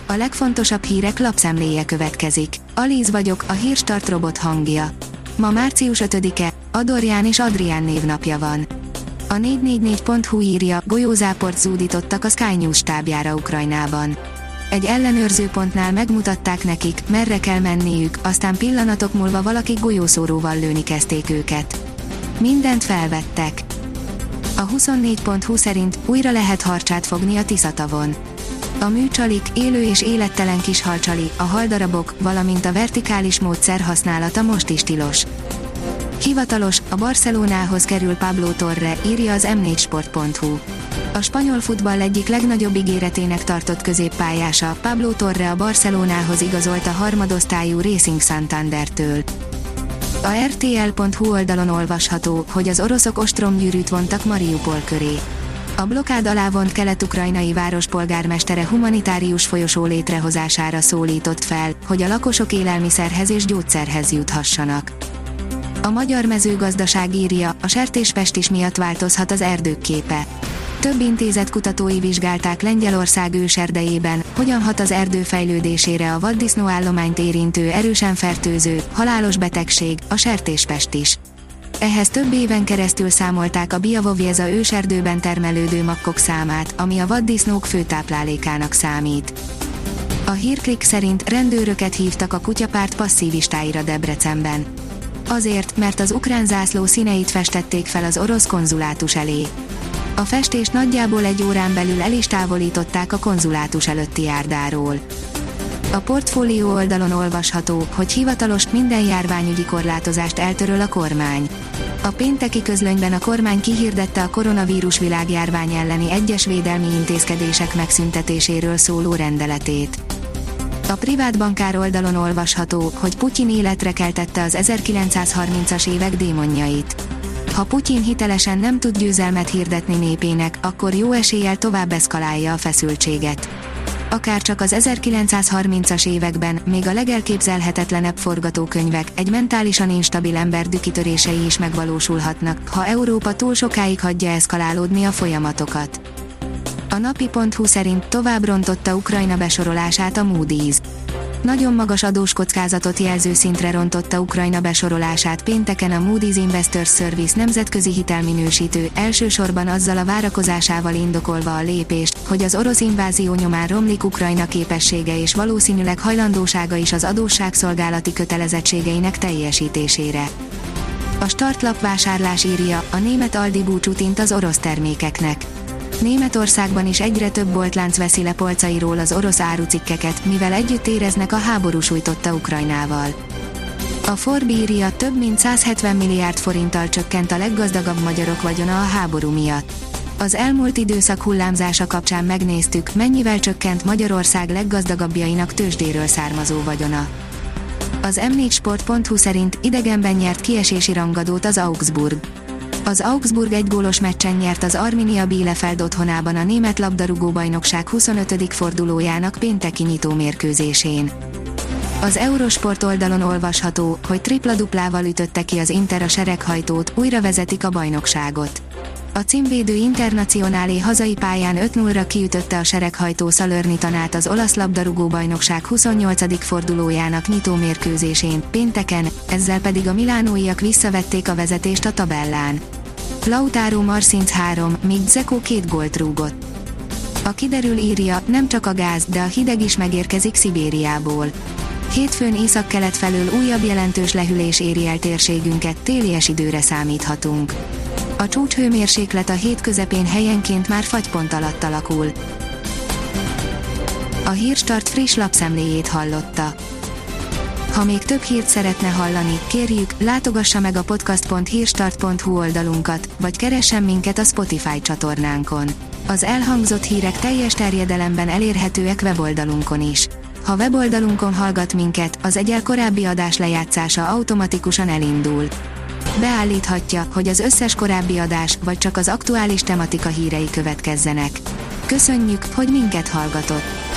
A legfontosabb hírek lapszemléje következik. Alíz vagyok, a Hírstart robot hangja. Ma március 5-e, Adorján és Adrián névnapja van. A 444.hu írja, golyózáport zúdítottak a Sky News stábjára Ukrajnában. Egy ellenőrzőpontnál megmutatták nekik, merre kell menniük, aztán pillanatok múlva valaki golyószóróval lőni kezdték őket. Mindent felvettek. A 24.hu szerint újra lehet harcsát fogni a Tiszatavon. A műcsalik, élő és élettelen kis halcsali, a haldarabok, valamint a vertikális módszer használata most is tilos. Hivatalos, a Barcelonához kerül Pablo Torre, írja az m4sport.hu. A spanyol futball egyik legnagyobb ígéretének tartott középpályása, Pablo Torre a Barcelonához igazolt a harmadosztályú Racing Santandertől. A rtl.hu oldalon olvasható, hogy az oroszok ostromgyűrűt vontak Mariupol köré. A blokkád alá vont kelet-ukrajnai város polgármestere humanitárius folyosó létrehozására szólított fel, hogy a lakosok élelmiszerhez és gyógyszerhez juthassanak. A magyar mezőgazdaság írja, a sertéspestis miatt változhat az erdők képe. Több intézet kutatói vizsgálták Lengyelország őserdejében, hogyan hat az erdő fejlődésére a vaddisznóállományt érintő erősen fertőző, halálos betegség, a sertéspestis. Ehhez több éven keresztül számolták a Białowieża őserdőben termelődő makkok számát, ami a vaddisznók főtáplálékának számít. A Hírklik szerint rendőröket hívtak a kutyapárt passzívistáira Debrecenben. Azért, mert az ukrán zászló színeit festették fel az orosz konzulátus elé. A festést nagyjából egy órán belül el is távolították a konzulátus előtti járdáról. A Portfólió oldalon olvasható, hogy hivatalos, minden járványügyi korlátozást eltöröl a kormány. A pénteki közlönyben a kormány kihirdette a koronavírus világjárvány elleni egyes védelmi intézkedések megszüntetéséről szóló rendeletét. A privát bankár oldalon olvasható, hogy Putyin életre keltette az 1930-as évek démonjait. Ha Putyin hitelesen nem tud győzelmet hirdetni népének, akkor jó eséllyel tovább eszkalálja a feszültséget. Akárcsak az 1930-as években, még a legelképzelhetetlenebb forgatókönyvek, egy mentálisan instabil ember dühkitörései is megvalósulhatnak, ha Európa túl sokáig hagyja eszkalálódni a folyamatokat. A napi.hu szerint tovább rontotta Ukrajna besorolását a Moody's. Nagyon magas adóskockázatot jelző szintre rontotta Ukrajna besorolását pénteken a Moody's Investors Service nemzetközi hitelminősítő, elsősorban azzal a várakozásával indokolva a lépést, hogy az orosz invázió nyomán romlik Ukrajna képessége és valószínűleg hajlandósága is az adósságszolgálati kötelezettségeinek teljesítésére. A startlap vásárlás írja, a német Aldi búcsút int az orosz termékeknek. Németországban is egyre több boltlánc veszi le polcairól az orosz árucikkeket, mivel együtt éreznek a háború sújtotta Ukrajnával. A Forbes írja, több mint 170 milliárd forinttal csökkent a leggazdagabb magyarok vagyona a háború miatt. Az elmúlt időszak hullámzása kapcsán megnéztük, mennyivel csökkent Magyarország leggazdagabbjainak tőzsdéről származó vagyona. Az m4sport.hu szerint idegenben nyert kiesési rangadót az Augsburg. Az Augsburg egy gólos meccsen nyert az Arminia Bielefeld otthonában a német labdarúgó-bajnokság 25. fordulójának pénteki nyitómérkőzésén. Az Eurosport oldalon olvasható, hogy tripla-duplával ütötte ki az Inter a sereghajtót, újra vezetik a bajnokságot. A címvédő Internazionale hazai pályán 5-0-ra kiütötte a sereghajtó Salernitánát az olasz labdarúgó-bajnokság 28. fordulójának nyitómérkőzésén, pénteken, ezzel pedig a milánóiak visszavették a vezetést a tabellán. Lautaro Martins 3, míg Dzeko 2 gólt rúgott. A kiderül írja, nem csak a gáz, de a hideg is megérkezik Szibériából. Hétfőn északkelet felől újabb jelentős lehűlés éri el térségünket, télies időre számíthatunk. A csúcshőmérséklet a hét közepén helyenként már fagypont alatt alakul. A Hírstart friss lapszemléjét hallotta. Ha még több hírt szeretne hallani, kérjük, látogassa meg a podcast.hírstart.hu oldalunkat, vagy keressen minket a Spotify csatornánkon. Az elhangzott hírek teljes terjedelemben elérhetőek weboldalunkon is. Ha weboldalunkon hallgat minket, az egyel korábbi adás lejátszása automatikusan elindul. Beállíthatja, hogy az összes korábbi adás, vagy csak az aktuális tematika hírei következzenek. Köszönjük, hogy minket hallgatott!